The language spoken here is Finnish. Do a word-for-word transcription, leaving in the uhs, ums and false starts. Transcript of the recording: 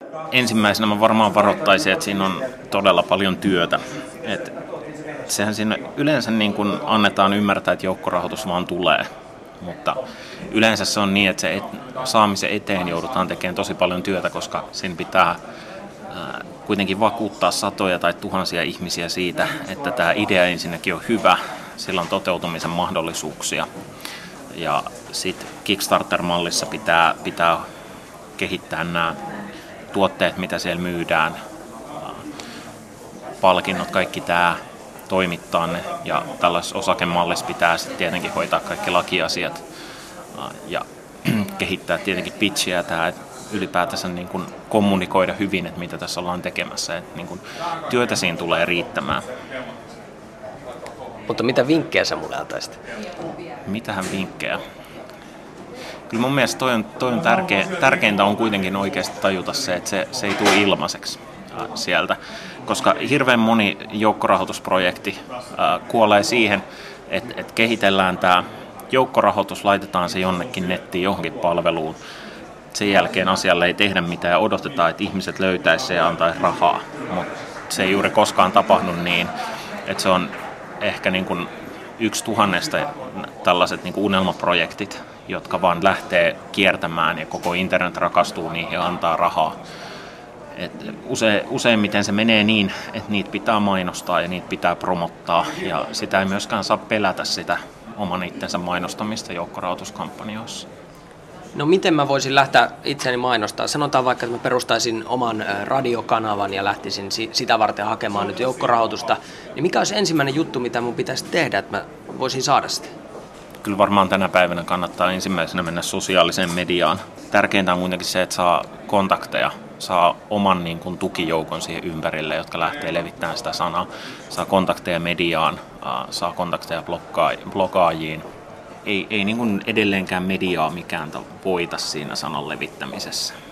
ensimmäisenä mä varmaan varoittaisin, että siinä on todella paljon työtä. Et sehän siinä yleensä niin kun annetaan ymmärtää, että joukkorahoitus vaan tulee, mutta yleensä se on niin, että se et, saamisen eteen joudutaan tekemään tosi paljon työtä, koska sen pitää ää, kuitenkin vakuuttaa satoja tai tuhansia ihmisiä siitä, että tämä idea ensinnäkin on hyvä, sillä on toteutumisen mahdollisuuksia. Ja sitten Kickstarter-mallissa pitää, pitää kehittää nämä tuotteet, mitä siellä myydään, palkinnot, kaikki tämä, toimittaa ne. Ja tällaisessa osakemallissa pitää sitten tietenkin hoitaa kaikki lakiasiat ja kehittää tietenkin pitchiä ja tämä, että ylipäätänsä niin kuin kommunikoida hyvin, että mitä tässä ollaan tekemässä. Että niin kuin työtä siinä tulee riittämään. Mutta mitä vinkkejä sä mulle antaisit? Mitähän vinkkejä? Kyllä mun mielestä toi on, toi on tärkeä, tärkeintä on kuitenkin oikeasti tajuta se, että se, se ei tule ilmaiseksi sieltä, koska hirveän moni joukkorahoitusprojekti äh, kuolee siihen, että, että kehitellään tämä joukkorahoitus, laitetaan se jonnekin nettiin johonkin palveluun. Sen jälkeen asialle ei tehdä mitään ja odotetaan, että ihmiset löytäisi se ja antaisi rahaa, mutta se ei juuri koskaan tapahdu niin, että se on ehkä niin kuin yksi tuhannesta tällaiset niin kuin unelmaprojektit, jotka vaan lähtee kiertämään ja koko internet rakastuu niihin ja antaa rahaa. Et use, useimmiten se menee niin, että niitä pitää mainostaa ja niitä pitää promottaa ja sitä ei myöskään saa pelätä sitä oman itsensä mainostamista joukkorahoituskampanjoissa. No miten mä voisin lähteä itseäni mainostaa? Sanotaan vaikka, että mä perustaisin oman radiokanavan ja lähtisin sitä varten hakemaan nyt joukkorahoitusta. Niin mikä olisi ensimmäinen juttu, mitä mun pitäisi tehdä, että mä voisin saada sitä? Kyllä varmaan tänä päivänä kannattaa ensimmäisenä mennä sosiaaliseen mediaan. Tärkeintä on kuitenkin se, että saa kontakteja, saa oman niin kuin, tukijoukon siihen ympärille, jotka lähtee levittämään sitä sanaa. Saa kontakteja mediaan, saa kontakteja blogaajiin. Ei, ei niin kuin edelleenkään mediaa mikään voita siinä sanan levittämisessä.